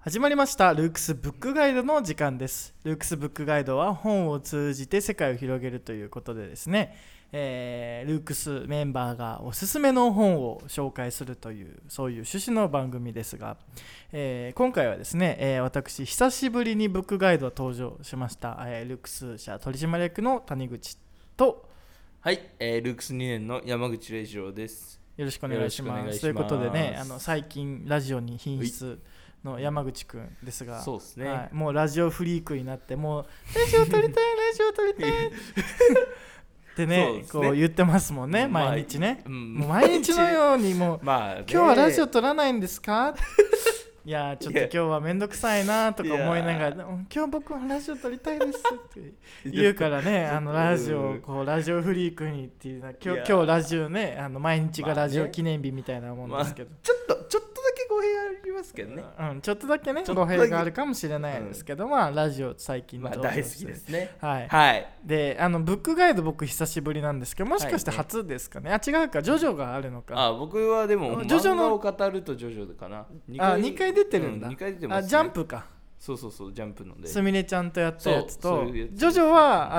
始まりましたルークスブックガイドの時間です。ルークスブックガイドは本を通じて世界を広げるということでですね、ルークスメンバーがおすすめの本を紹介するというそういう趣旨の番組ですが、今回はですね、私久しぶりにブックガイド登場しました、ルークス社取締役の谷口と、 はい、ルークス2年の山口礼二郎です。 よろしくお願いします。ということでね、最近ラジオに品質の山口くんですが、 そうですね、 はい、もうラジオフリークになってもうラジオ撮りたいラジオ撮りたいってねこう言ってますもんね、毎日ね、もう毎日のようにもう、今日はラジオ撮らないんですかいやちょっと今日はめんどくさいなとか思いながら、今日僕はラジオ撮りたいですって言うからね、ラジオこうラジオフリークにっていうのは今日ラジオね、毎日がラジオ記念日みたいなもんですけど、 ちょっとだけ語弊ありますけどね、 ちょっとだけね語弊があるかもしれないですけど、ラジオ最近大好きですね。 はい、 はい、 でブックガイド僕久しぶりなんですけど、もしかして初ですかね、違うか、ジョジョがあるのか。 僕はでもジョジョの漫画を語るとジョジョかな。 2回出てるんだ、 2回出てますね。 ジャンプか。 そうジャンプのですみれちゃんとやったやつと、ジョジョは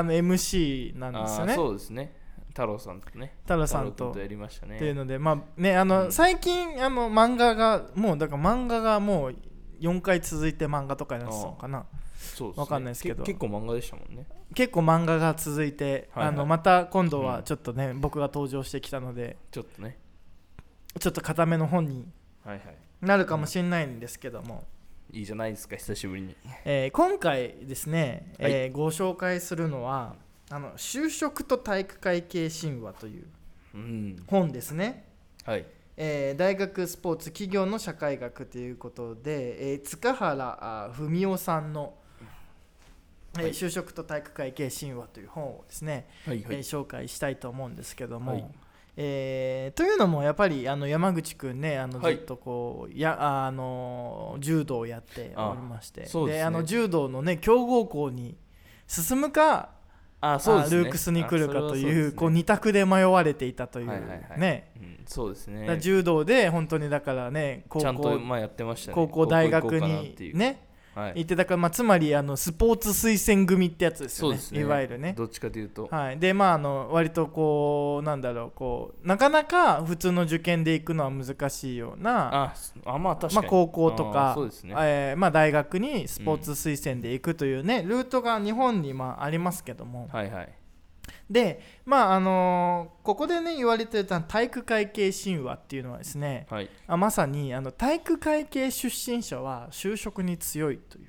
MC なんですよね。 そうですね、太郎さんとね、 太郎さんとやりましたね。 っていうので、最近漫画がもうだから漫画がもう4回続いて漫画とかになってたのかな。 そうですね、 わかんないですけど、 結構漫画でしたもんね。 結構漫画が続いて、また今度はちょっとね、僕が登場してきたのでちょっと固めの本になるかもしれないんですけども、 いいじゃないですか、久しぶりに。 今回ですね、ご紹介するのは就職と体育会系神話という本ですね。 はい。 大学スポーツ企業の社会学ということで、塚原文夫さんの、就職と体育会系神話という本をですね、紹介したいと思うんですけども、というのもやっぱり山口くんね、ずっとこう柔道をやっておりまして、で柔道のね強豪校に進むかそうですね、 ルークスに来るかという、こう2択で迷われていたというね。 そうですね。 柔道で本当にだからね、 ちゃんとやってましたね。 高校大学にね行って、だからつまりスポーツ推薦組ってやつですよね。 そうですね、 いわゆるね、 どっちかというと、 で割とこうなんだろう、こうなかなか普通の受験で行くのは難しいような、 確かに、 高校とか、 そうですね、 大学にスポーツ推薦で行くというね、ルートが日本にありますけども、でここでね言われていた体育会系神話っていうのはですね、まさに体育会系出身者は就職に強いという。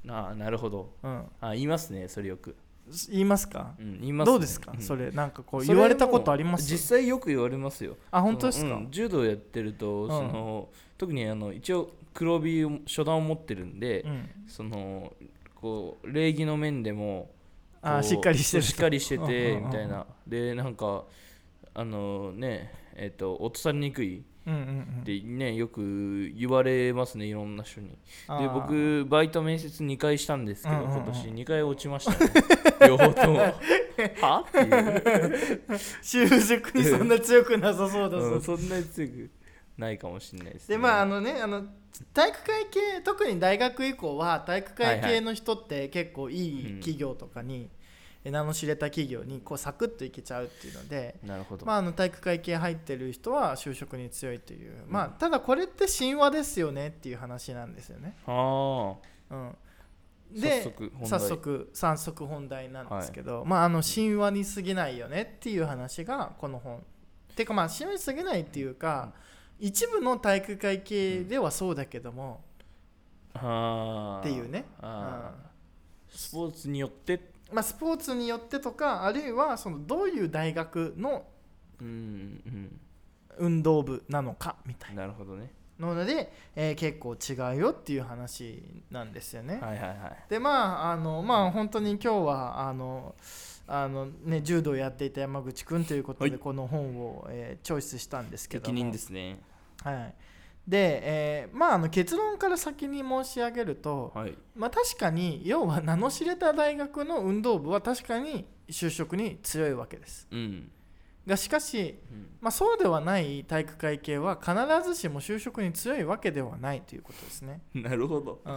なるほど、言いますね、それよく言いますか、 言いますね。 どうですか、それなんかこう言われたことあります？ 実際よく言われますよ。 本当ですか？ 柔道やってると、特に一応黒帯初段を持ってるんで、こう礼儀の面でもしっかりしててみたいな、でなんか落とされにくいってね、よく言われますね、いろんな人に。で僕バイト面接2回したんですけど、今年2回落ちましたね両方ともはっていう就職にそんな強くなさそうだぞ、 そんなに強くないかもしれないですね。で体育会系、特に大学以降は体育会系の人って結構いい企業とかに、名の知れた企業にこうサクッといけちゃうっていうので、 なるほど、 体育会系入ってる人は就職に強いという、ただこれって神話ですよねっていう話なんですよね。で早速本題なんですけど、神話に過ぎないよねっていう話がこの本てか、神話に過ぎないっていうか、一部の体育会系ではそうだけども、っていうね、 スポーツによって、 スポーツによってとか、あるいはどういう大学の運動部なのかみたいな。 なるほどね。 ので、結構違うよっていう話なんですよね。で本当に今日は柔道やっていた山口くんということで、この本を、チョイスしたんですけども、 適任ですね。 で、結論から先に申し上げると、確かに要は名の知れた大学の運動部は確かに就職に強いわけです。 がしかし、そうではない体育会系は必ずしも就職に強いわけではないということですね。 なるほど、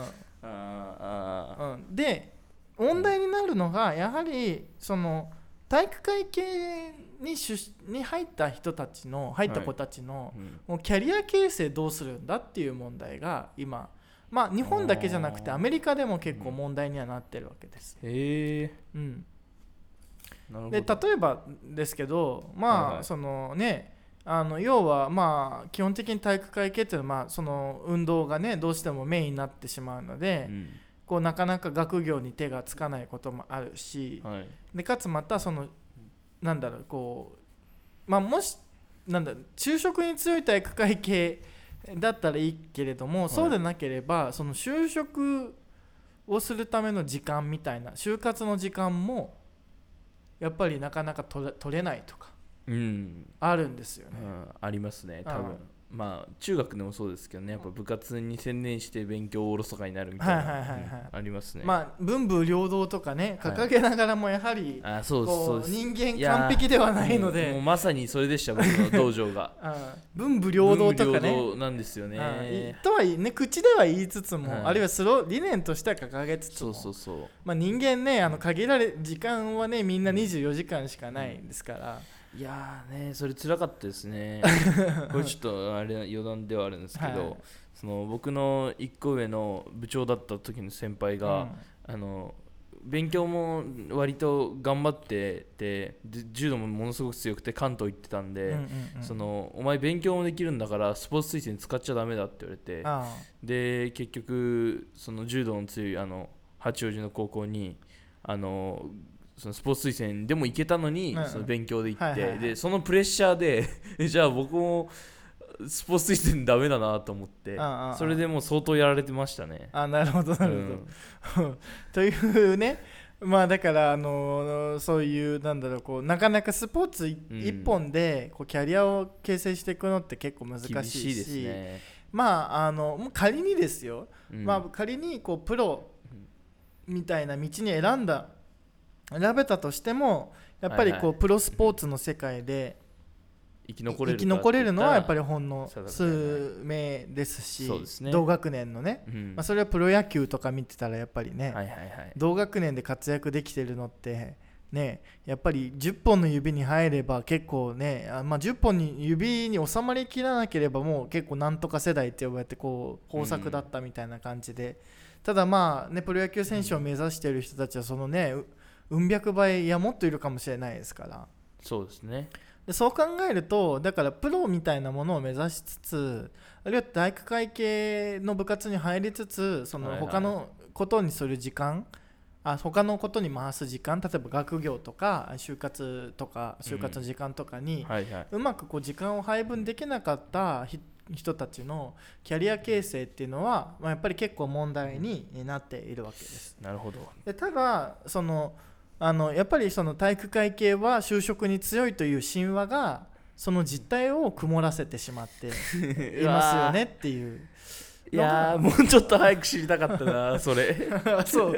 で問題になるのがやはりその体育会系に入った人たちの入った子たちの、もうキャリア形成どうするんだっていう問題が今、日本だけじゃなくてアメリカでも結構問題にはなってるわけです。 へえ。 で例えばですけど、そのね、要は基本的に体育会系っていうのはその運動がねどうしてもメインになってしまうので、こうなかなか学業に手がつかないこともあるし、でかつまたそのなんだろうこう、もし就職に強い体育会系だったらいいけれども、そうでなければその就職をするための時間みたいな就活の時間もやっぱりなかなか取れないとかあるんですよね。 ありますね多分。中学でもそうですけどね、やっぱ部活に専念して勉強をおろそかになるみたいなありますね。 文武両道とかね掲げながらもやはり人間完璧ではないので、 もうまさにそれでした僕の道場が文武両道とかね文武両道なんですよね。 とはね口では言いつつも、あるいは理念としては掲げつつも、人間ね限られ時間はねみんな24時間しかないんですから、 いやねそれ辛かったですねこれちょっとあれ余談ではあるんですけど、その僕の1個上の部長だった時の先輩が、勉強も割と頑張ってて、柔道もものすごく強くて関東行ってたんで、そのお前勉強もできるんだからスポーツ推薦使っちゃダメだって言われて、で結局その柔道の強い八王子の高校にそのスポーツ推薦でも行けたのに、その勉強で行って、でそのプレッシャーでじゃあ僕もスポーツ推薦ダメだなと思って、それでもう相当やられてましたね。 なるほどなるほど、というね、だからそういうこうなかなかスポーツ一本でこうキャリアを形成していくのって結構難しいし、 厳しいですね。 もう仮にですよ、仮にこうプロみたいな道に選べたとしてもやっぱりこうプロスポーツの世界で生き残れるのはやっぱりほんの数名ですし、同学年のね、それはプロ野球とか見てたらやっぱりね、同学年で活躍できてるのってね、やっぱり10本の指に入れば結構ね、10本に指に収まりきらなければもう結構なんとか世代って呼ばれてこう豊作だったみたいな感じで、ただプロ野球選手を目指している人たちはそのねうん百倍いやもっといるかもしれないですから。 そうですね。 でそう考えるとだからプロみたいなものを目指しつつ、あるいは体育会系の部活に入りつつ、その他のことにする時間、他のことに回す時間、例えば学業とか就活の時間とかにうまくこう時間を配分できなかった人たちのキャリア形成っていうのは、やっぱり結構問題になっているわけです。 なるほど。 でただやっぱりその体育会系は就職に強いという神話がその実態を曇らせてしまっていますよねっていう。 いやもうちょっと早く知りたかったなそれそう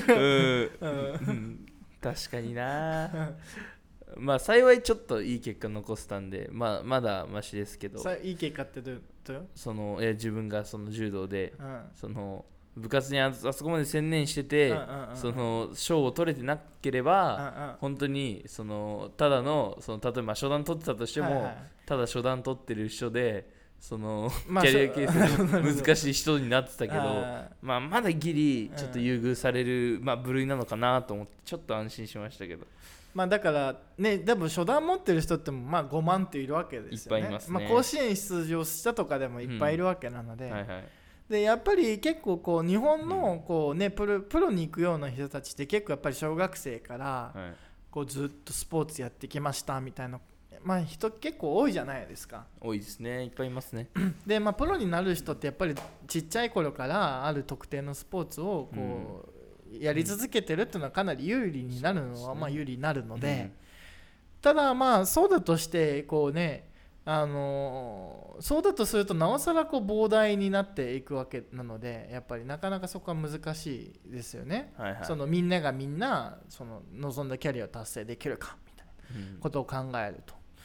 確かにな幸いちょっといい結果残せたんで、まだマシですけど。 いい結果ってどういうこと？ 自分がその柔道で、その部活にあそこまで専念してて、その賞を取れてなければ、本当にそのただの例えば初段取ってたとしても、ただ初段取ってる人でそのキャリア形成難しい人になってたけど、まだギリちょっと優遇される、部類なのかなと思ってちょっと安心しましたけど。 だからね、でも初段持ってる人っても5万っているわけですよね。 いっぱいいますね。 甲子園出場したとかでもいっぱいいるわけなので、でやっぱり結構こう日本のこう、プロに行くような人たちって結構やっぱり小学生からこうずっとスポーツやってきましたみたいな、人結構多いじゃないですか。 多いですね。いっぱいいますね。 で、プロになる人ってやっぱりちっちゃい頃からある特定のスポーツをこう、やり続けてるっていうのはかなり有利になるのは有利になるので、ただそうだとしてこうね、そうだとするとなおさらこう膨大になっていくわけなので、やっぱりなかなかそこは難しいですよね。そのみんながみんなその望んだキャリアを達成できるかみたいなことを考えると。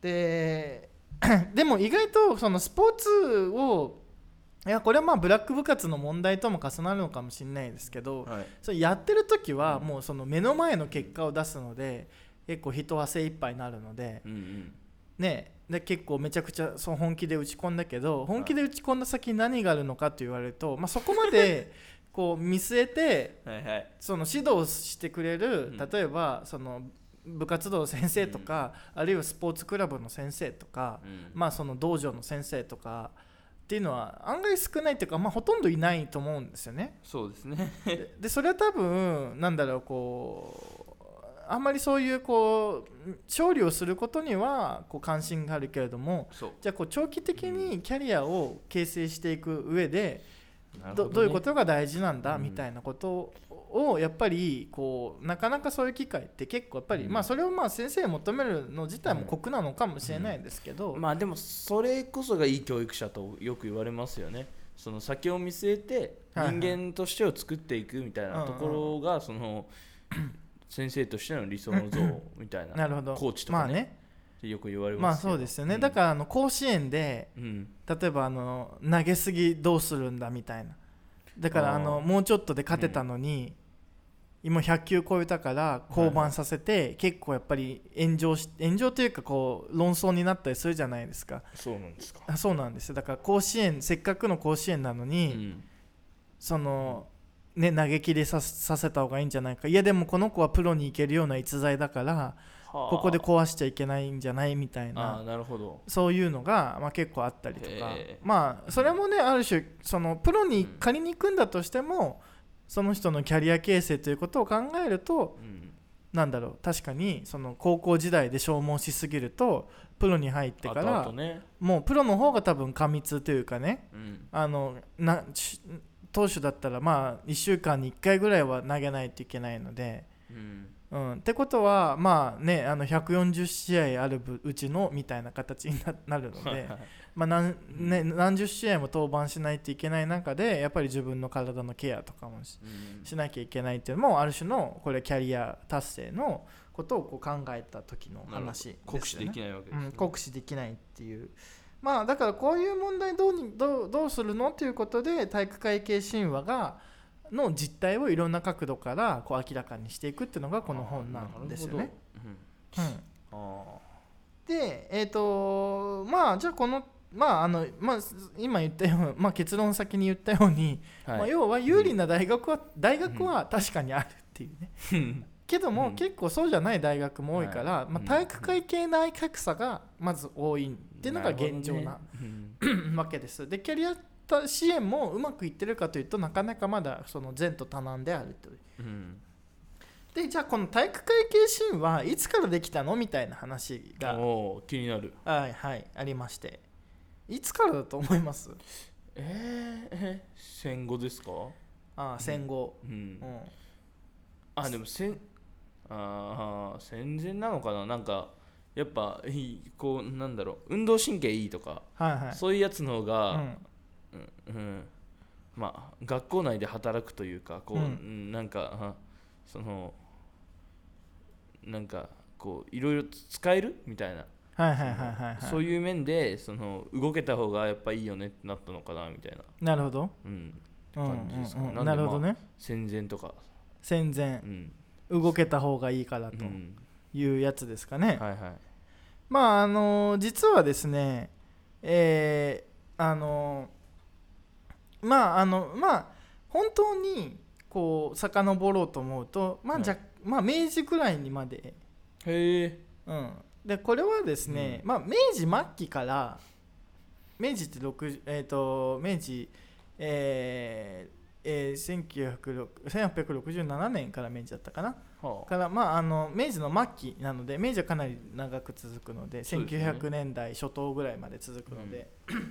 ででも意外とそのスポーツをいやこれはまあブラック部活の問題とも重なるのかもしれないですけど、はい、それやってる時はもうその目の前の結果を出すので結構人は精一杯になるので、うんうん、ね、で結構めちゃくちゃそう本気で打ち込んだけど本気で打ち込んだ先に何があるのかと言われると、まあ、そこまでこう見据えてはい、はい、その指導してくれる、例えばその部活動の先生とか、あるいはスポーツクラブの先生とか、まあその道場の先生とかっていうのは案外少ないっていうか、まあ、ほとんどいないと思うんですよね。 そうですねでそれは多分なんだろうこうあんまりそういうこう勝利をすることにはこう関心があるけれども、じゃあこう長期的にキャリアを形成していく上で、どういうことが大事なんだみたいなことをやっぱりこうなかなかそういう機会って結構やっぱり、まあそれをまあ先生に求めるの自体も酷なのかもしれないですけど、 まあでもそれこそがいい教育者とよく言われますよね。その先を見据えて人間としてを作っていくみたいなところがその先生としての理想の像みたいなコーチとかねよく言われますよ。 まあそうですよね、だから甲子園で、例えば投げすぎどうするんだみたいな、だからもうちょっとで勝てたのに、今100球超えたから降板させて、結構やっぱり炎上というかこう論争になったりするじゃないですか。 そうなんですか。 そうなんですよ。だから甲子園せっかくの甲子園なのに、そのね投げ切りさせた方がいいんじゃないか、いやでもこの子はプロに行けるような逸材だからここで壊しちゃいけないんじゃないみたいな、 なるほど、 そういうのが、まあ、結構あったりとか、まあそれもねある種そのプロに仮に行くんだとしても、その人のキャリア形成ということを考えると、なんだろう、確かにその高校時代で消耗しすぎるとプロに入ってからもうプロの方が多分過密というかね、投手だったらまあ1週間に1回ぐらいは投げないといけないので、ってことはまあね140試合あるうちのみたいな形になるのでまあ何十試合も登板しないといけない中で、やっぱり自分の体のケアとかも しなきゃいけないっていうのもある種のこれキャリア達成のことをこう考えた時の話ですよね。 酷使できないわけですね。 酷使できないっていう、まあだからこういう問題どうするのということで、体育会系神話の実態をいろんな角度からこう明らかにしていくっていうのがこの本なんですよね。でまあじゃあこのまあ今言ったように、まあ、結論先に言ったように、まあ、要は有利な大学は確かにあるっていうねけども、結構そうじゃない大学も多いから、まあ、体育会系内格差がまず多いっていうのが現状なわけです。でキャリア支援もうまくいってるかというと、なかなかまだその前途多難であるという、でじゃあこの体育会系神話いつからできたのみたいな話が気になる、 はいありまして、いつからだと思います？ 戦後ですか？ 戦後、 でも戦前なのかな。なんかやっぱこうなんだろう、運動神経いいとか、そういうやつの方が、まあ学校内で働くというかこう、なんかそのなんかこういろいろ使えるみたいな、そういう面でその動けた方がやっぱいいよねってなったのかなみたいな。 なるほど、 感じですか。 なるほどね。 戦前とか動けた方がいいからというやつですかね。まあ実はですね、まあ本当にこう遡ろうと思うと、まあ明治くらいにまで、でこれはですね、まあ明治末期から明治って明治1867年から明治だったかな、からまあ明治の末期なので、明治はかなり長く続くので、1900年代初頭ぐらいまで続くので、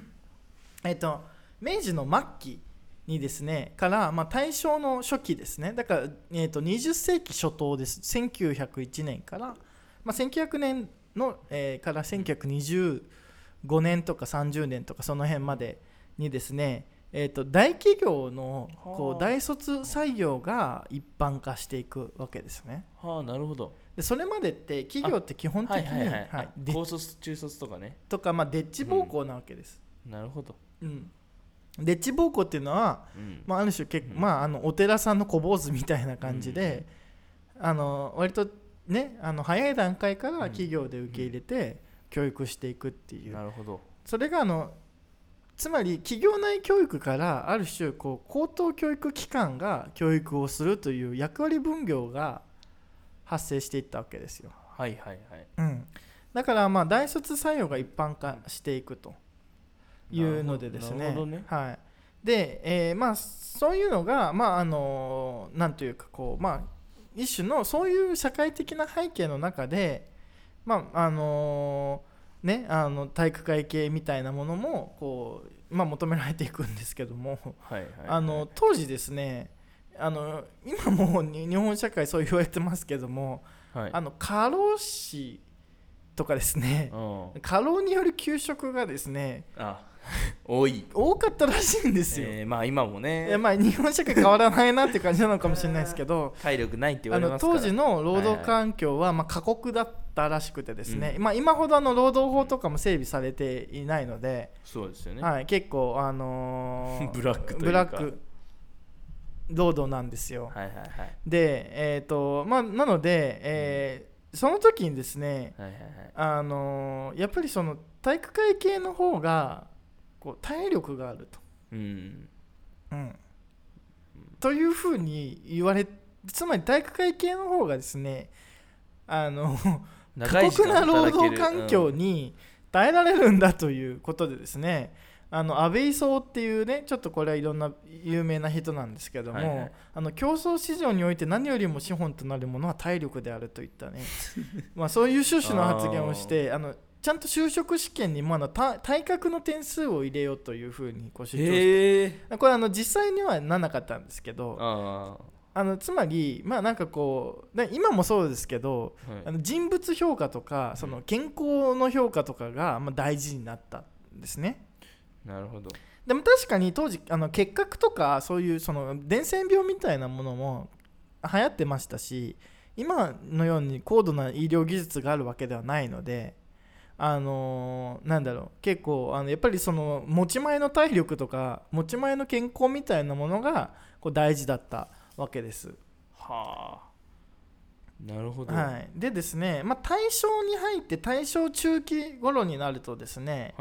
明治の末期にですねからまあ大正の初期ですね、だから20世紀初頭です。1901年からまあ1900年のから1925年とか30年とかその辺までにですね、 大企業のこう大卒採用が一般化していくわけですね。 はあ、なるほど。 でそれまでって企業って基本的に高卒中卒とかねとか、まあ、デッチ暴行なわけです、 なるほど、 デッチ暴行っていうのは、まあ、ある種まあ、お寺さんの小坊主みたいな感じで、割とね早い段階から企業で受け入れて教育していくっていう、 なるほど。 それがつまり企業内教育からある種こう高等教育機関が教育をするという役割分業が発生していったわけですよ。 はいはいはい。 だからまあ大卒採用が一般化していくというのでですね。 なるほどね。 はい。で、まあそういうのがまあなんというかこうまあ一種のそういう社会的な背景の中でまあね、体育会系みたいなものもこう、まあ、求められていくんですけども、当時ですね今も日本社会そう言われてますけども、過労死とかですね、過労による休職がですね多かったらしいんですよ。 まあ今もね、 まあ、日本社会変わらないなっていう感じなのかもしれないですけど体力ないって言われますから当時の労働環境はまあ過酷だったらしくてですね、まあ、今ほど労働法とかも整備されていないので、 そうですよね、 結構ブラックというかブラック労働なんですよ。でまあなので、その時にですね、やっぱりその体育会系の方がこう体力があると、というふうに言われ、つまり体育会系の方がですね過酷な労働環境に耐えられるんだということでですね、安倍勲っていうね、ちょっとこれはいろんな有名な人なんですけども、競争市場において何よりも資本となるものは体力であるといったねまあそういう趣旨の発言をしてちゃんと就職試験にも体格の点数を入れようというふうにこう主張して、これ実際にはならなかったんですけど、つまりまあなんかこう今もそうですけど、人物評価とかその健康の評価とかがまあ大事になったんですね。 なるほど。 でも確かに当時結核とかそういうその伝染病みたいなものも流行ってましたし、今のように高度な医療技術があるわけではないので、なんだろう、結構やっぱりその持ち前の体力とか持ち前の健康みたいなものがこう大事だったわけです。 はあ、なるほど。 でですね、まあ、大正に入って大正中期頃になるとですね、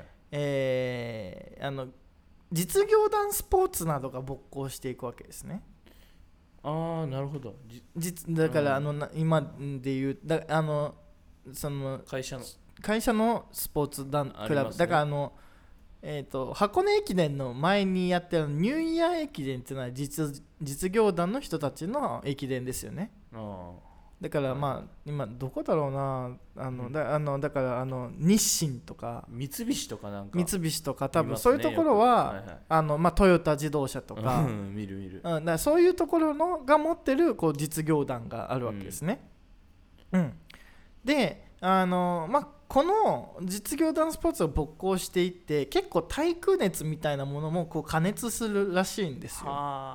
実業団スポーツなどが勃興していくわけですね。 なるほど。 だから今でいうその会社のスポーツ団クラブ、だから箱根駅伝の前にやってるニューイヤー駅伝っていうのは実業団の人たちの駅伝ですよね。だからまあ今どこだろうな、だから日清とか三菱とかなんか三菱とか多分そういうところはまあトヨタ自動車とか見るだからそういうところのが持ってるこう実業団があるわけですね。でまあこの実業団スポーツを勃興していって結構体育熱みたいなものもこう加熱するらしいんですよ。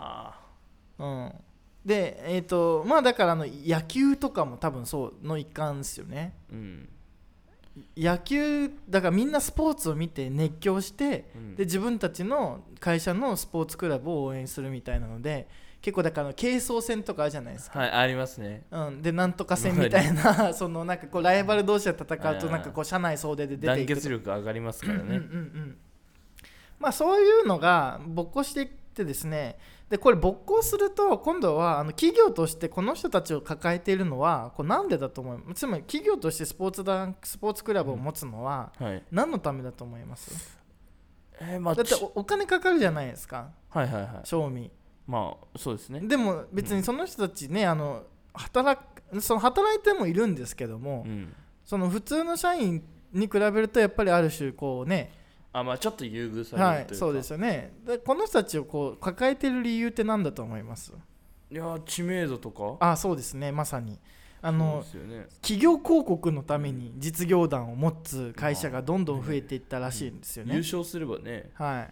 でまあだから野球とかも多分そうの一環ですよね。野球だからみんなスポーツを見て熱狂して、で自分たちの会社のスポーツクラブを応援するみたいなので、結構だから軽装戦とかあるじゃないですか。 ありますね。 でなんとか戦みたいなそのなんかこうライバル同士で戦うとなんかこう社内総出で出ていく、 団結力上がりますからね。 まあそういうのが勃興していってですね、でこれ勃興すると今度は企業としてこの人たちを抱えているのはこうなんでだと思います？つまり企業としてスポーツクラブを持つのは何のためだと思います？だってお金かかるじゃないですか。賞味。 まあそうですね。 でも別にその人たちね、働いてもいるんですけども、その普通の社員に比べるとやっぱりある種こうね、 まあちょっと優遇されるというか、 そうですよね。でこの人たちをこう抱えている理由って何だと思います？ いや知名度とか。 そうですね、まさに企業広告のために実業団を持つ会社がどんどん増えていったらしいんですよね。 優勝すればね。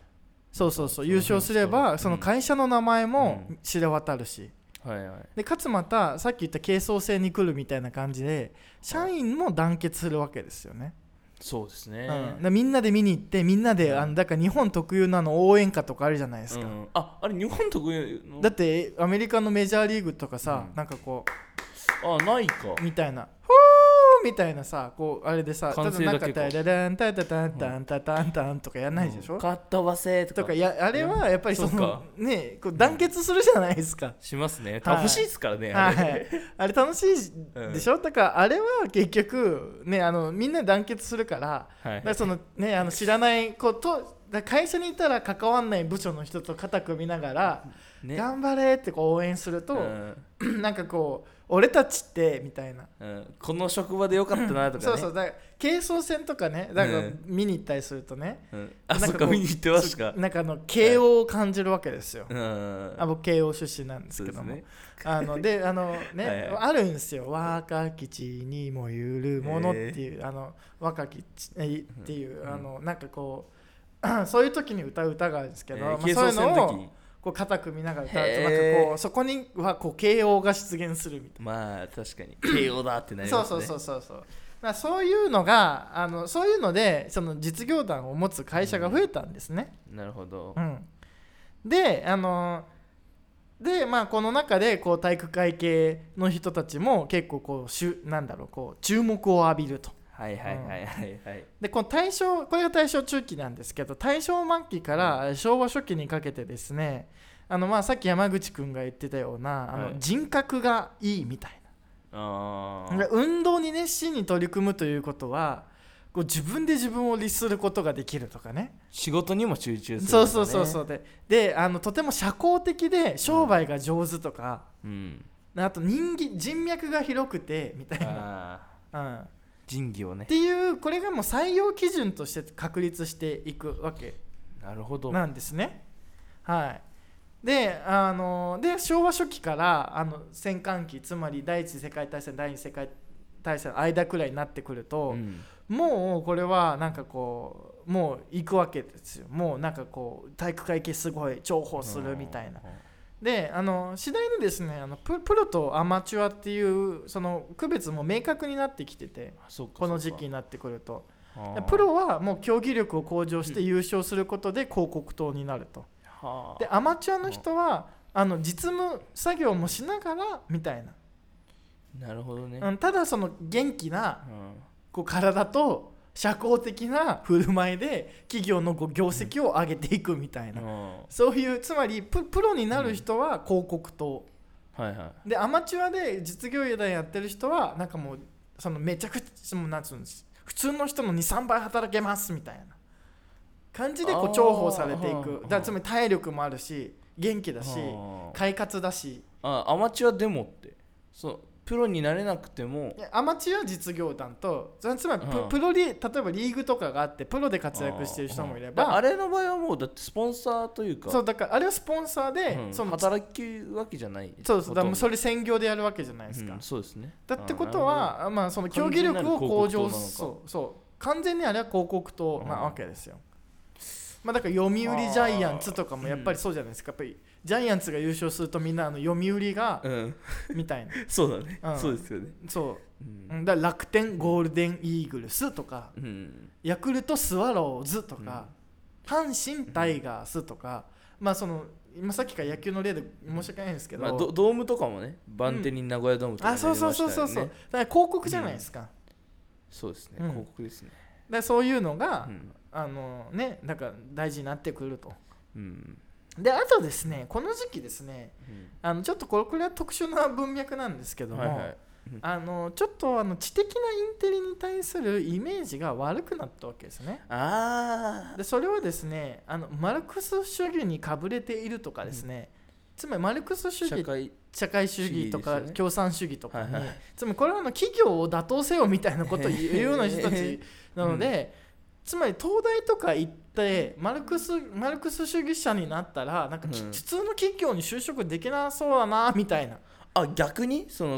そう優勝すればその会社の名前も知れ渡るし、でかつまたさっき言った軽装制に来るみたいな感じで社員も団結するわけですよね。 そうですね、 みんなで見に行ってみんなでだから日本特有の応援歌とかあるじゃないですか、 あれ日本特有のだってアメリカのメジャーリーグとかさ、なんかこうないかみたいなみたいなさ、こうあれでさ、 完成だけかただなんかタランタタタンタンタタンタンとかやらないでしょ、 かっ飛ばせとかあれはやっぱりそのねこう団結するじゃないですか、 しますね。楽しいですからね、 あれ楽しいでしょ、だからあれは結局ねみんな団結するから、だからそのね知らないこと会社にいたら関わんない部署の人と肩組みながら、頑張れってこう応援すると、なんかこう俺たちってみたいな、 この職場でよかったなとかねそうだから軽装船とかねだから見に行ったりするとね、 そっか見に行ってましたか。 なんか慶応を感じるわけですよ、僕慶応出身なんですけども、あるんですよ、若き地にもゆるものっていう若き地っていうなんかこうそういう時に歌う歌があるんですけど、そういうのをこう肩組みながら歌うとなんかこうそこにはこう慶応が出現するみたいな、 まあ確かに慶応だってなりますね。 そういうのがそういうのでその実業団を持つ会社が増えたんですね、 なるほど、 でまあこの中でこう体育会系の人たちも結構こうなんだろうこう注目を浴びると。でこれが大正中期なんですけど、大正末期から昭和初期にかけてですね、まあさっき山口くんが言ってたような人格がいいみたいな、運動に熱心に取り組むということはこう自分で自分を律することができるとかね、 仕事にも集中するとか、ね、 そうでとても社交的で商売が上手とか、あと人脈が広くてみたいな、 人技をねっていうこれがもう採用基準として確立していくわけなんですね。で昭和初期から戦艦機つまり第一次世界大戦第二次世界大戦の間くらいになってくると、もうこれはなんかこうもう行くわけですよ。もうなんかこう体育会系すごい重宝するみたいな。で次第にですねプロとアマチュアっていうその区別も明確になってきてて、この時期になってくるとプロはもう競技力を向上して優勝することで広告塔になると、でアマチュアの人は実務作業もしながらみたいな。なるほどね、 ただその元気なこう体と社交的な振る舞いで企業の業績を上げていくみたいな、そういうつまりプロになる人は広告塔、でアマチュアで実業団やってる人はなんかもうそのめちゃくちゃなんつうんです普通の人の 2,3 倍働けますみたいな感じでこう重宝されていく。だからつまり体力もあるし元気だし快活だし、 アマチュアでもってプロになれなくてもアマチュア実業団とつまりプロ例えばリーグとかがあってプロで活躍してる人もいれば、 あれの場合はもうだってスポンサーというか、 そうだからあれはスポンサーで、 働くわけじゃない、 だからそれ専業でやるわけじゃないですか、 そうですね。 だってことはまあその競技力を向上完全にあれは広告塔なわけですよ。だから読売ジャイアンツとかもやっぱりそうじゃないですか、やっぱりジャイアンツが優勝するとみんな読売が、みたいなそうだね、そうですよね。 だから楽天ゴールデンイーグルスとか、ヤクルトスワローズとか、阪神タイガースとか、まあその今さっきから野球の例で申し訳ないんですけど、 ドームとかもね、バンテリン名古屋ドームとかそうだから広告じゃないですか、 そうですね、広告ですね。 だからそういうのが、だから大事になってくると、であとですねこの時期ですね、ちょっとこれは特殊な文脈なんですけども、ちょっと知的なインテリに対するイメージが悪くなったわけですね。でそれはですねマルクス主義にかぶれているとかですね、つまりマルクス主義社会主義とか共産主義とかに、つまりこれは企業を打倒せよみたいなことを言うような人たちなので、つまり東大とか行ってマルクス主義者になったらなんか普通の企業に就職できなそうだなみたいな、 逆にその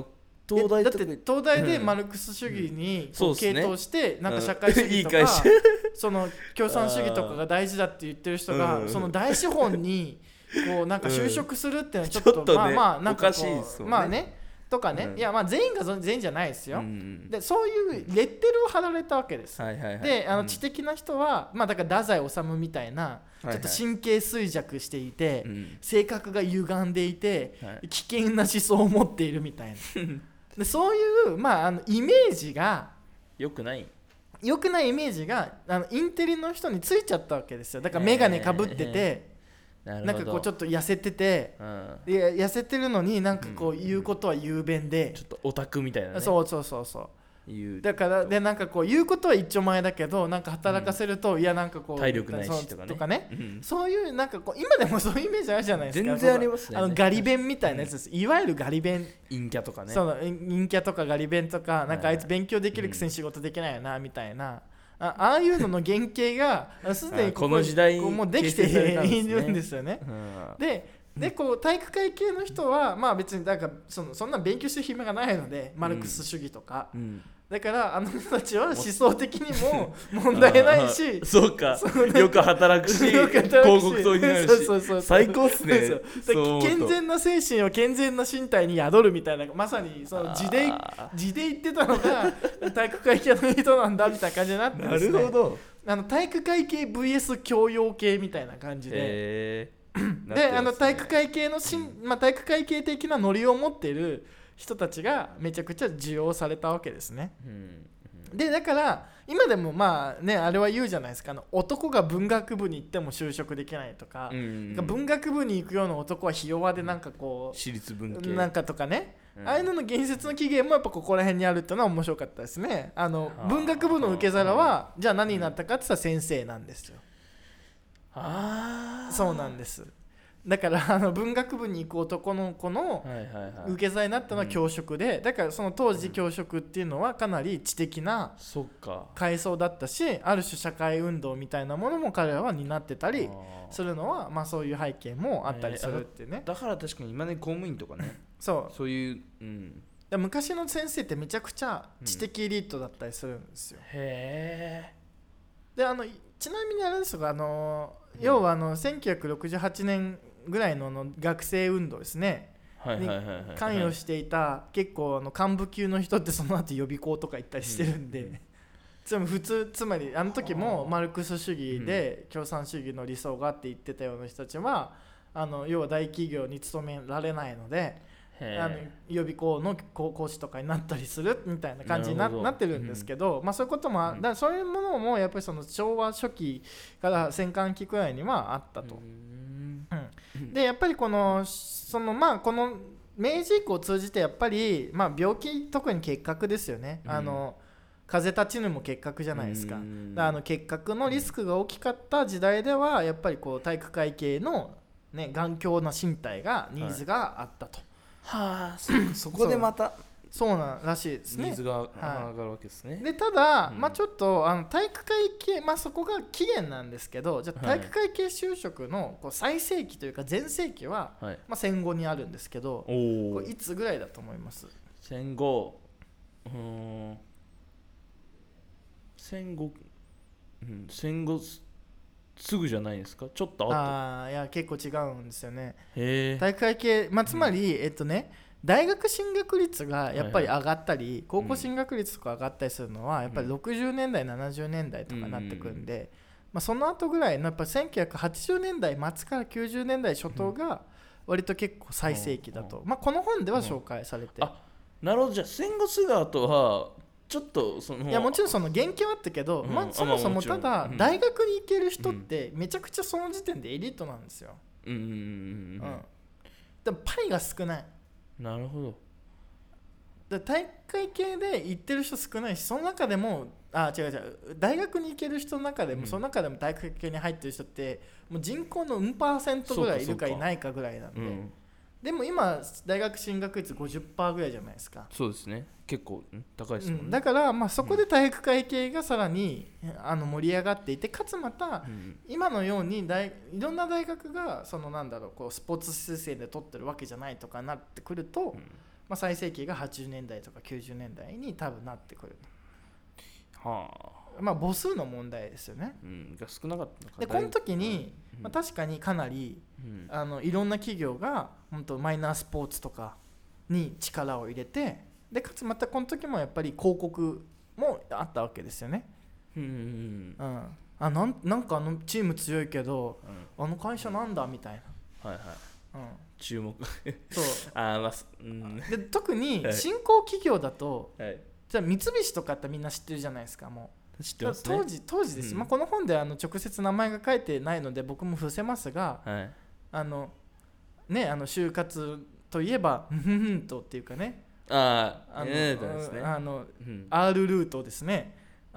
東大だって東大でマルクス主義に傾倒して、なんか社会主義とか、その共産主義とかが大事だって言ってる人が、その大資本にこうなんか就職するっていうのはちょっと、まあなんかこうまあねとかね、いやまあ全員が全員じゃないですよ、でそういうレッテルを貼られたわけです、で知的な人はまあだから太宰治みたいなちょっと神経衰弱していて、性格が歪んでいて、危険な思想を持っているみたいなでそういうまあイメージが良くないイメージがインテリの人についちゃったわけですよ。だから眼鏡かぶってて、なんかこうちょっと痩せてて、痩せてるのになんかこう言うことは雄弁で、 ちょっとオタクみたいなね。 そうだからでなんかこう言うことは一丁前だけど、なんか働かせると、いやなんかこう体力ないしとかね、 そういうなんかこう今でもそういうイメージあるじゃないですか。 全然ありますね。 ガリ弁みたいなやつです、いわゆるガリ弁、 陰キャとかね、 陰キャとかガリ弁とか、なんかあいつ勉強できるくせに仕事できないよなみたいな、ああいうのの原型がすでにこの時代もうできているんですよね。でこう体育会系の人はまあ別にだからそんな勉強してる暇がないので、マルクス主義とか、だから人たちは思想的にも問題ないしそうか、よく働くし広告塔になるし、最高っすね。 健全な精神を健全な身体に宿るみたいな、まさにその字で言ってたのが体育会系の人なんだみたいな感じになってですね。 なるほど。 体育会系 vs 教養系みたいな感じで、で体育会系の体育会系的なノリを持っている人たちがめちゃくちゃ需要されたわけですね。でだから今でもまあねあれは言うじゃないですか、男が文学部に行っても就職できないとか、文学部に行くような男はひ弱でなんかこう私立文系なんかとかね、ああいうのの言説の起源もやっぱここら辺にあるっていうのは面白かったですね。文学部の受け皿はじゃあ何になったかって言ったら先生なんですよ。そうなんです。だから文学部に行く男の子の受け皿になったのは教職で、だからその当時教職っていうのはかなり知的な階層だったし、ある種社会運動みたいなものも彼らは担ってたりするのは、まあそういう背景もあったりするってね。 だから確かに今ね公務員とかねそういう、 昔の先生ってめちゃくちゃ知的エリートだったりするんですよ。でちなみにあれですが要は1968年ぐらいの学生運動ですね、関与していた結構幹部級の人ってその後予備校とか行ったりしてるんで、つまり時もマルクス主義で共産主義の理想があって言ってたような人たちは要は大企業に勤められないので、予備校の講師とかになったりするみたいな感じに なってるんですけど、そういうこともだそういうものもやっぱりその昭和初期から戦艦期くらいにはあったと。でやっぱりこの明治以降を通じてやっぱり病気、特に結核ですよね。風邪立ちぬも結核じゃないですか。結核のリスクが大きかった時代ではやっぱりこう体育会系の頑強な身体がニーズがあったと。 そこでまたそうなんらしいですね。 ニーズが上がるわけですね。 でただ、ちょっと体育会系、そこが起源なんですけど、じゃあ体育会系就職のこう最盛期というか全盛期は、戦後にあるんですけど、これいつぐらいだと思います？ 戦後すぐじゃないですか。ちょっといや結構違うんですよね。体育会系、つまり大学進学率がやっぱり上がったり、高校進学率とか上がったりするのはやっぱり60年代70年代とかになってくるんで、その後ぐらいのやっぱ1980年代末から90年代初頭が割と結構最盛期だと、この本では紹介されて、 なるほど。じゃあ戦後すぐ後はちょっといやもちろんその元気はあったけど、そもそもただ大学に行ける人ってめちゃくちゃその時点でエリートなんですよ。でもパイが少ない。 なるほど。体育会系で行ってる人少ないし、その中でも違う大学に行ける人の中でも、その中でも体育会系に入ってる人ってもう人口の%ぐらいいるかいないかぐらいなんで、でも今大学進学率 50% ぐらいじゃないですか。 そうですね、結構高いですもんね。 だからそこで体育会系がさらに盛り上がっていて、かつまた今のようにいろんな大学がこうスポーツ推薦で取ってるわけじゃないとかなってくると、 最盛期が80年代とか90年代に多分なってくると。母数の問題ですよね。 が少なかったのか。 でこの時に、確かにかなり、いろんな企業が本当マイナースポーツとかに力を入れて、でかつまたこの時もやっぱり広告もあったわけですよね。なんかチーム強いけど、あの会社なんだみたいな。 注目そうで特に新興企業だと、じゃあ三菱とかってみんな知ってるじゃないですか。もう知ってますね。 当時です、この本で直接名前が書いてないので僕も伏せますが、就活といえばとっていうかね、R ルートですね。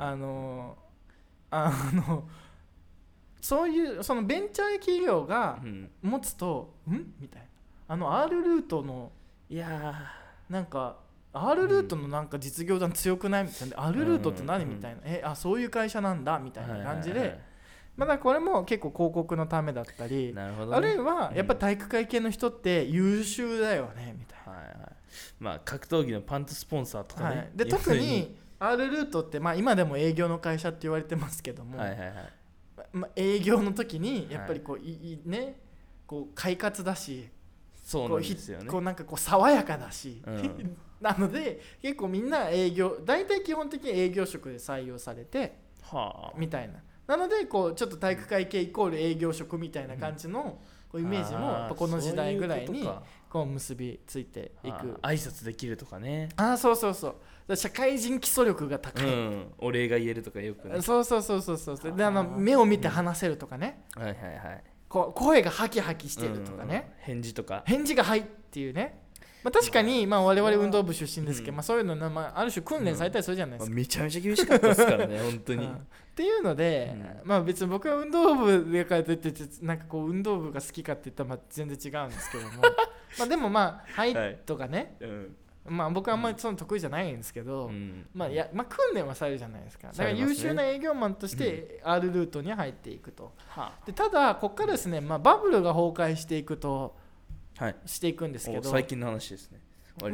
そういうそのベンチャー企業が持つと、みたいな、R ルートのなんかR ルートのなんか実業団強くないみたいな、R ルートって何みたいな、そういう会社なんだみたいな感じで、だからこれも結構広告のためだったり、あるいはやっぱ体育会系の人って優秀だよねみたいな、 格闘技のパンツスポンサーとかね、 で特に R ルートって、今でも営業の会社って言われてますけども、営業の時にやっぱりこう快活だし、 そうなんですよね。 なんか爽やかだし、なので結構みんな営業、大体基本的に営業職で採用されて、みたいなのでちょっと体育会系イコール営業職みたいな感じのイメージもやっぱこの時代ぐらいに結びついていく。 挨拶できるとかね。 そう社会人基礎力が高い、 お礼が言えるとかよくね。 そうで目を見て話せるとかね、声がハキハキしてるとかね、 返事がはいっていうね、確かに我々運動部出身ですけど、そういうのある種訓練されたりするじゃないですか。 めちゃめちゃ厳しかったですからね本当に。 っていうので、別に僕は運動部でからといってなんか運動部が好きかって言ったら全然違うんですけどもでもはいとかね、僕はあんまりその得意じゃないんですけど、訓練はされるじゃないですか。だから優秀な営業マンとして R ルートに入っていくと。でただここからですね、バブルが崩壊していくと、していくんですけど、 最近の話ですね。 こ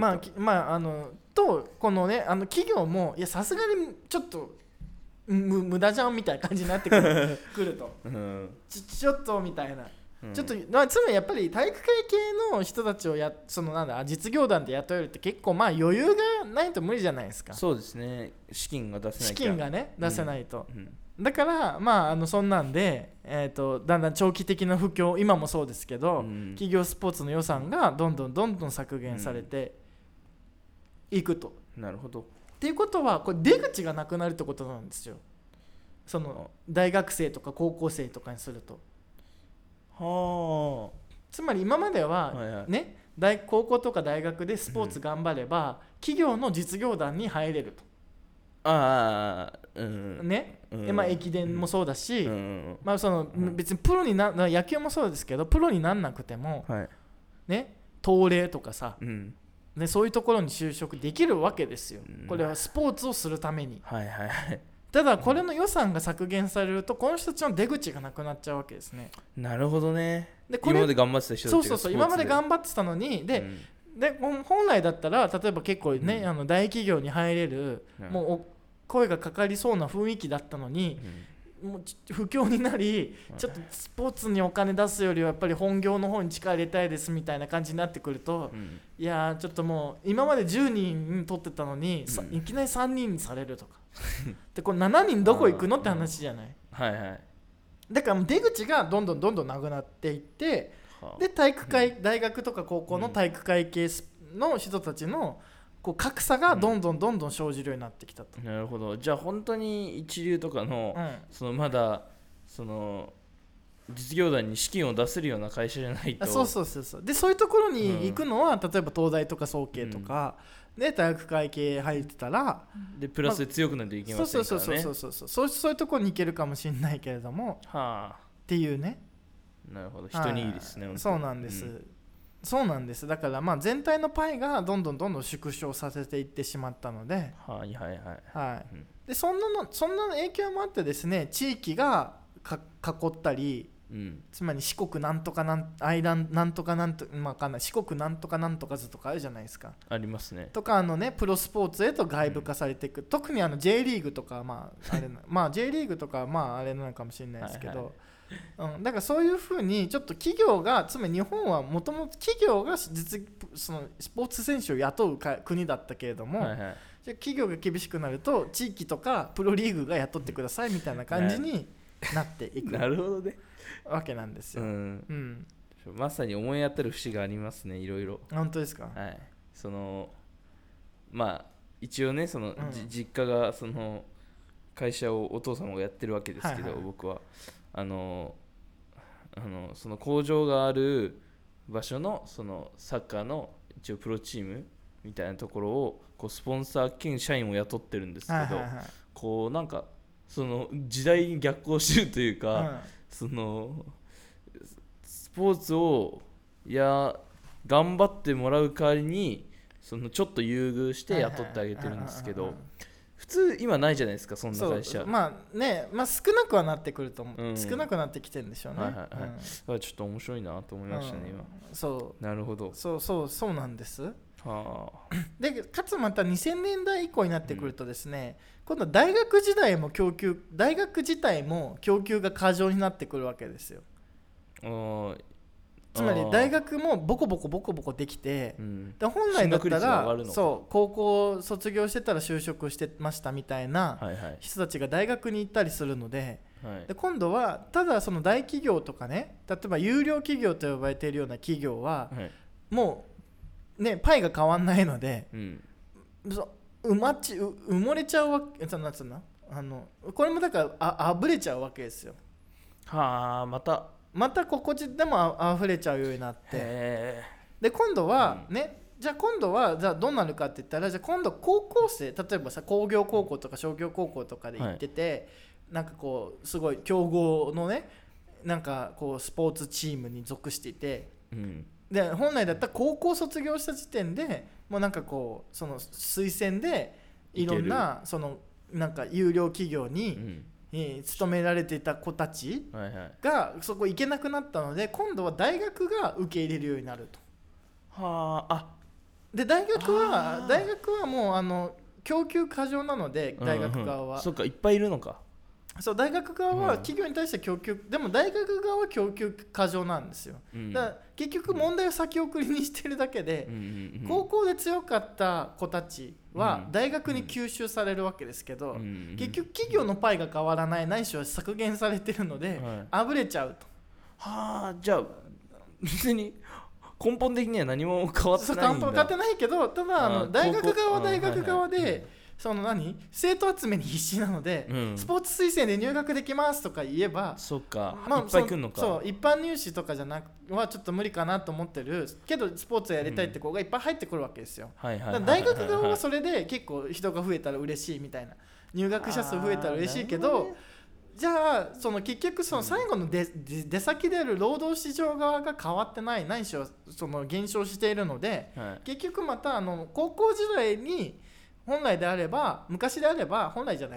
のね企業もさすがにちょっと無駄じゃんみたいな感じになってくると、ちょっとみたいな。ちょっとつまりやっぱり体育会系の人たちを実業団で雇えるって結構余裕がないと無理じゃないですか。 そうですね。資金が出せない資金がね出せないと、だからそんなんで、だんだん長期的な不況、今もそうですけど、企業スポーツの予算がどんどん削減されていくと。 なるほど。 っていうことはこれ出口がなくなるってことなんですよ。その大学生とか高校生とかにすると。つまり今まではね、高校とか大学でスポーツ頑張れば、企業の実業団に入れると。駅伝もそうだし、別にプロに野球もそうですけど、プロになんなくても、東レとかさ、そういうところに就職できるわけですよ。これはスポーツをするために。ただこれの予算が削減されると、この人たちの出口がなくなっちゃうわけですね。 なるほどね。今まで頑張ってた人たちが今まで頑張ってたのに、で本来だったら例えば結構ね、大企業に入れる、もう声がかかりそうな雰囲気だったのに、もう不況になり、ちょっとスポーツにお金出すよりはやっぱり本業の方に力入れたいですみたいな感じになってくると、いやちょっともう今まで10人取ってたのに、いきなり3人にされるとかで、これ7人どこ行くのって話じゃない。だから出口がどんどんなくなっていって、で体育会、大学とか高校の体育会系の人たちの格差がどんどん生じるようになってきたと。 なるほど。じゃあ本当に一流とかの、まだ実業団に資金を出せるような会社じゃないと。 でそういうところに行くのは、例えば東大とか総計とか、で体育会系入ってたら、 でプラスで強くないといけませんからね。 そういうところに行けるかもしれないけれども、っていうね。 なるほど。一握りですね。 そうなんです。だから全体のパイがどんどん縮小させていってしまったので、でそんな影響もあってですね、地域が囲ったりつまり四国なんとかなんとかなんとまあ分かんない四国なんとかなんとか図とかあるじゃないですか。 ありますね。 とかプロスポーツへと外部化されていく、特にJ リーグとかあれJ リーグとかあれなのかもしれないですけど、だからそういうふうにちょっと企業が、つまり日本はもともと企業がそのスポーツ選手を雇う国だったけれども、じゃ企業が厳しくなると地域とかプロリーグが雇ってくださいみたいな感じになっていくなるほどねわけなんですよ。 まさに思い当たる節がありますね、いろいろ。 本当ですか？ はい。一応ね実家がその会社をお父様がやってるわけですけど、僕はその工場がある場所のそのサッカーの一応プロチームみたいなところをこうスポンサー兼社員を雇ってるんですけど、こうなんかその時代に逆行してるというか、そのスポーツを頑張ってもらう代わりにそのちょっと優遇して雇ってあげてるんですけど、普通今ないじゃないですか、そんな会社。 少なくはなってくると思う、少なくなってきてるんでしょうね。 ちょっと面白いなと思いましたね、今。なるほど。 そうなんです。でかつまた2000年代以降になってくるとですね、今度は大学自体も供給が過剰になってくるわけですよ。つまり大学もボコボコできて、本来だったら高校卒業してたら就職してましたみたいな人たちが大学に行ったりするので、で今度はただその大企業とかね、例えば有料企業と呼ばれているような企業は、もうねパイが変わんないので、埋もれちゃうわけ。これもだからあぶれちゃうわけですよ。また心地でも溢れちゃうようになって、で今度はじゃあどうなるかって言ったら、じゃあ今度高校生、例えば工業高校とか商業高校とかで行ってて、なんかこうすごい強豪のね、なんかこうスポーツチームに属していて、で本来だったら高校卒業した時点でもうなんかこうその推薦でいろんなそのなんか有料企業に勤められていた子たちがそこ行けなくなったので、今度は大学が受け入れるようになると。で大学はもう供給過剰なので、大学側は、 そうか、いっぱいいるのか。 そう、大学側は企業に対して供給、でも大学側は供給過剰なんですよ。だから結局問題を先送りにしてるだけで、高校で強かった子たちは大学に吸収されるわけですけど、結局企業のパイが変わらない、ないしは削減されてるので、あぶれちゃうと。 じゃあ別に根本的には何も変わってないんだ。 変わってないけど、ただ大学側は大学側で、生徒集めに必死なので、スポーツ推薦で入学できますとか言えば、 そっか、いっぱい来るのか。 そう、一般入試とかじゃなくはちょっと無理かなと思ってるけど、スポーツやりたいって子がいっぱい入ってくるわけですよ。大学側はそれで結構人が増えたら嬉しいみたいな、入学者数増えたら嬉しいけど、じゃあ結局その最後の出先である労働市場側が変わってない、ないしはその減少しているので、結局また高校時代に昔であれば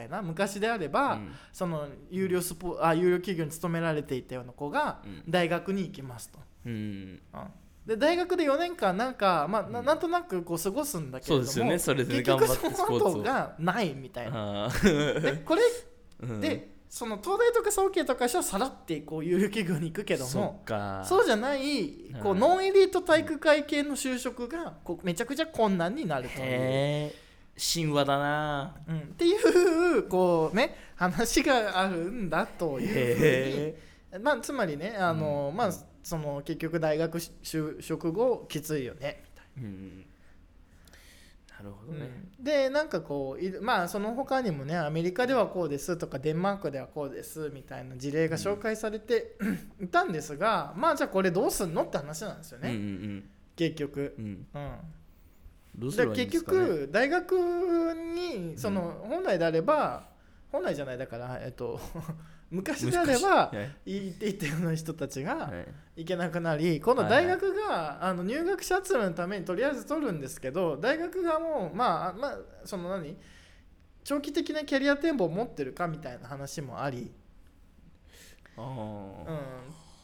その有料企業に勤められていたような子が大学に行きますと。で大学で4年間なんとなくこう過ごすんだけれども、 そうですよね、それで頑張って結局その後がないみたいな。でこれでその東大とか早慶とかはさらってこう有料企業に行くけども、そうじゃないこうノンエリート体育会系の就職がこうめちゃくちゃ困難になるという。 神話だな、 っていうこうね話があるんだというふうに、つまりねその結局大学就職後きついよねみたいな。 なるほどね。 でなんかこうその他にもね、アメリカではこうですとかデンマークではこうですみたいな事例が紹介されていたんですが、じゃあこれどうすんのって話なんですよね、結局。結局大学にその本来であれば、本来じゃない、だから昔であれば行っていたような人たちが行けなくなり、今度大学が入学者集めのためにとりあえず取るんですけど、大学がもうその長期的なキャリア展望を持ってるかみたいな話もあり、っ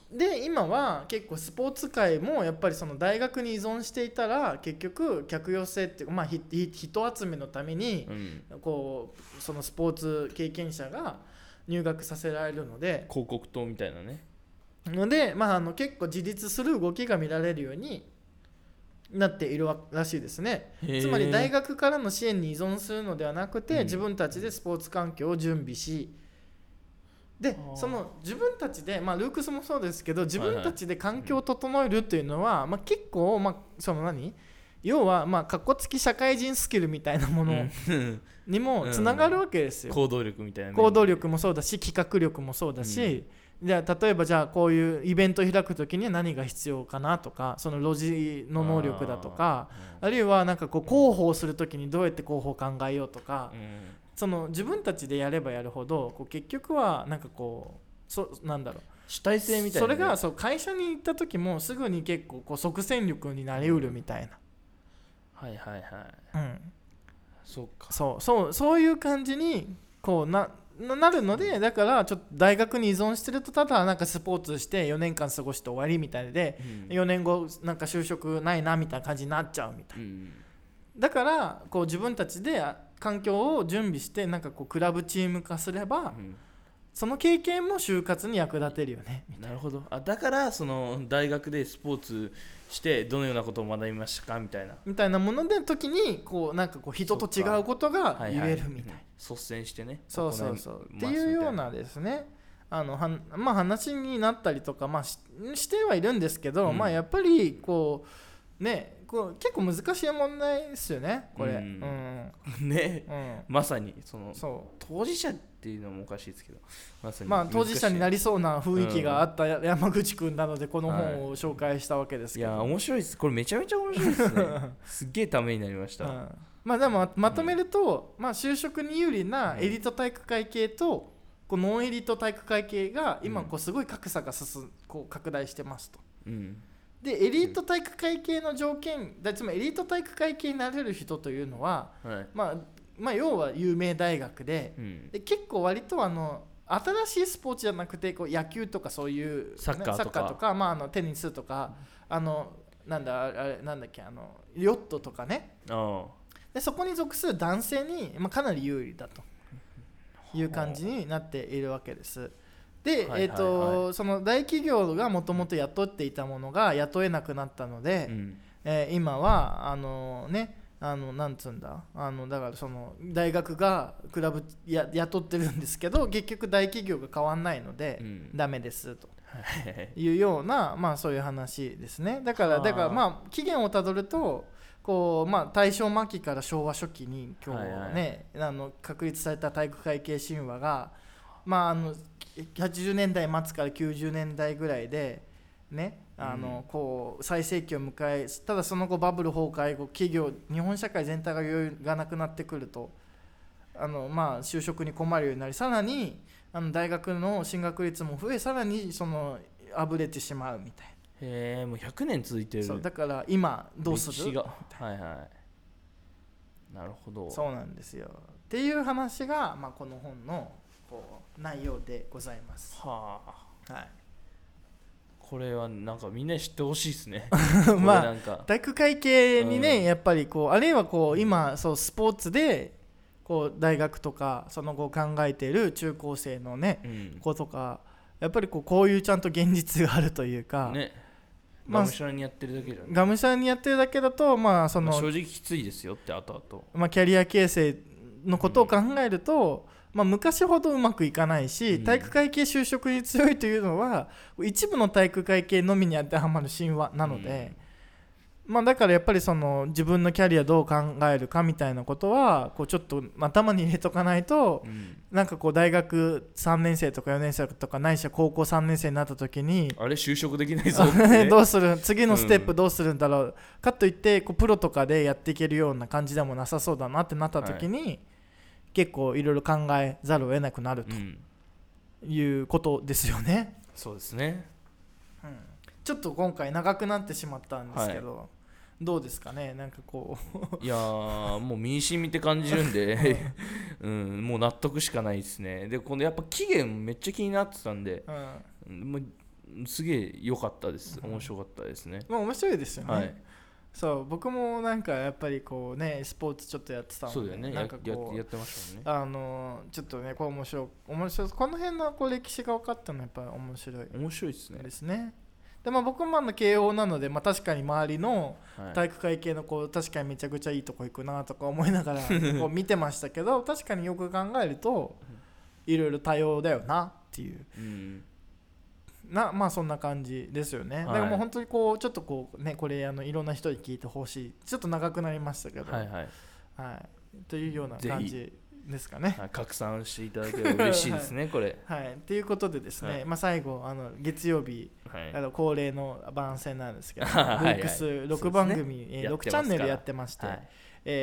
で今は結構スポーツ界もやっぱりその大学に依存していたら結局客寄せっていうか、まあ、人集めのためにこうそのスポーツ経験者が入学させられるので、 広告塔みたいなねので、まあ、結構自立する動きが見られるようになっているらしいですね。つまり大学からの支援に依存するのではなくて、自分たちでスポーツ環境を準備し、でその自分たちで、まあ、ルークスもそうですけど自分たちで環境を整えるっていうのは、まあ、結構、まあ、その要はまあかっこつき社会人スキルみたいなものにもつながるわけですよ。 行動力みたいな、 行動力もそうだし企画力もそうだし、じゃあ例えばじゃあこういうイベント開くときには何が必要かなとか、そのロジの能力だとか、あるいはなんかこう広報するときにどうやって広報を考えようとか、その自分たちでやればやるほどこう結局はなんかこうなんだろう主体性みたいな、ね、 それがそう会社に行った時もすぐに結構こう即戦力になりうるみたいな、 はいはいはい、そうか、 そういう感じにこうなるので、だからちょっと大学に依存してるとただなんかスポーツして4年間過ごして終わりみたいで、4年後なんか就職ないなみたいな感じになっちゃうみたいな、だからこう自分たちで環境を準備してなんかこうクラブチーム化すれば、その経験も就活に役立てるよね。 なるほど。だからその大学でスポーツしてどのようなことを学びましたかみたいなもので時にこうなんかこう人と違うことが言えるみたいな、 率先してね、 そうっていうようなですね、まあ、話になったりとか、まあ、してはいるんですけど、まあ、やっぱりこうねこう結構難しい問題ですよねこれ、 ね、まさにその当事者っていうのもおかしいですけど、 まあ当事者になりそうな雰囲気があった山口くんなのでこの本を紹介したわけですけど、 いや面白いです。これめちゃめちゃ面白いですねすっげえためになりました、 まあでもまとめると、まあ、就職に有利なエリート体育会系とこうノンエリート体育会系が今こうすごい格差がこう拡大してますと、でエリート体育会系の条件つまりエリート体育会系になれる人というのは、まあ要は有名大学で、で結構割と新しいスポーツじゃなくてこう野球とかそういう、 サッカーとか、まあ、テニスとかなんだっけヨットとかね、でそこに属する男性に、まあ、かなり有利だという感じになっているわけです。で、その大企業がもともと雇っていたものが雇えなくなったので、今はなんつうんだだからその大学がクラブ雇ってるんですけど結局大企業が変わんないので、ダメですというような、まあ、そういう話ですね。だからまあ起源をたどるとこう、まあ、大正末期から昭和初期に今日ね、確立された体育会系神話が、まあ、80年代末から90年代ぐらいでねこう最盛期を迎え、ただその後バブル崩壊後日本社会全体が余裕がなくなってくるとまあ就職に困るようになり、さらに大学の進学率も増え、さらにあぶれてしまうみたいな。 へえ、もう100年続いてる。 そうだから今どうする？ なるほど。 そうなんですよっていう話が、まあ、この本のこう内容でございます。 これはなんかみんなに知ってほしいですねまあ体育会系にね、やっぱりこうあるいはこう今スポーツでこう大学とかその後考えている中高生のね、子とかやっぱりこういうちゃんと現実があるというか、 がむしゃらにやってるだけじゃね、 がむしゃらにやってるだけだと、まあ正直きついですよって後々、 まあ、キャリア形成のことを考えると、まあ、昔ほどうまくいかないし、体育会系就職に強いというのは一部の体育会系のみに当てはまる神話なので、まあ、だからやっぱり自分のキャリアどう考えるかみたいなことはこうちょっと頭に入れとかないと、なんかこう大学3年生とか4年生とかないしは高校3年生になった時にあれ就職できないぞってどうする次のステップどうするんだろう、かといってこうプロとかでやっていけるような感じでもなさそうだなってなった時に、結構いろいろ考えざるを得なくなるということですよね。 そうですね、 ちょっと今回長くなってしまったんですけど、どうですかね、なんかこういやもう身に染みて感じるんでもう納得しかないですね。でこのやっぱ期限めっちゃ気になってたんで、もうすげえ良かったです。面白かったですね。 まあ面白いですよね、 はい、 そう僕もなんかやっぱりこうねスポーツちょっとやってたので、 そうだよね、 なんかこうやってましたもんね。 ちょっとねこう面白いこの辺のこう歴史が分かったのはやっぱり面白いですね。でまあ、僕も慶応なので、まあ、確かに周りの体育会系のこう確かにめちゃくちゃいいとこ行くなとか思いながらこう見てましたけど確かによく考えるといろいろ多様だよなっていう、まあそんな感じですよね、だからもう本当にこうちょっとこうねこれいろんな人に聞いてほしい、ちょっと長くなりましたけど、というような感じですかね。 拡散していただければ嬉しいですねこれ。 ということでですね、まあ最後月曜日、恒例の番宣なんですけど、ルークス6番組、6チャンネルやってまして、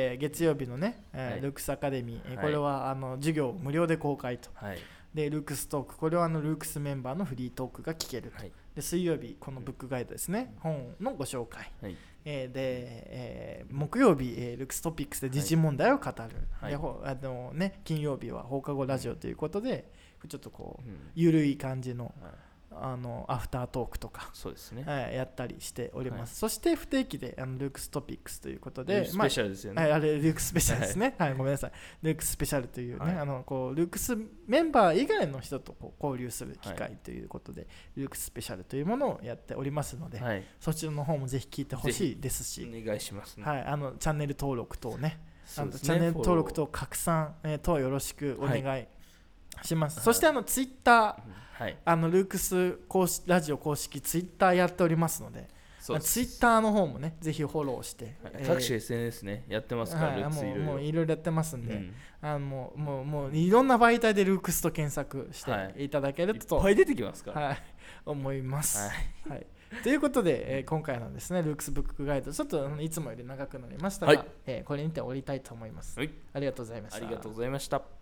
月曜日のね、ルークスアカデミー、これは授業無料で公開と、でルークストーク、これはルークスメンバーのフリートークが聞けると、で水曜日このブックガイドですね、本のご紹介、で木曜日ルークストピックスで時事問題を語る、で金曜日は放課後ラジオということで、ちょっとこうゆるい感じのアフタートークとかそうですね、 やったりしております、そして不定期でルークストピックスということでスペシャルですよね、 あれルークスペシャルですね、ごめんなさい、ルークススペシャルというね、こうルークスメンバー以外の人とこう交流する機会ということで、ルークススペシャルというものをやっておりますので、そちらの方もぜひ聞いてほしいですし、 お願いしますね、 チャンネル登録等ね、チャンネル登録と拡散等よろしくお願いします、そしてツイッター、ルークスラジオ公式ツイッターやっておりますので、ツイッターの方もねぜひフォローして、 各種 SNS ねやってますから、ルークスもういろいろやってますんで、もういろんな媒体でルークスと検索していただけると、 いっぱい出てきますから、 思います、ということで、今回のですねルークスブックガイドちょっといつもより長くなりましたが、これにて終わりたいと思います、ありがとうございました。 ありがとうございました。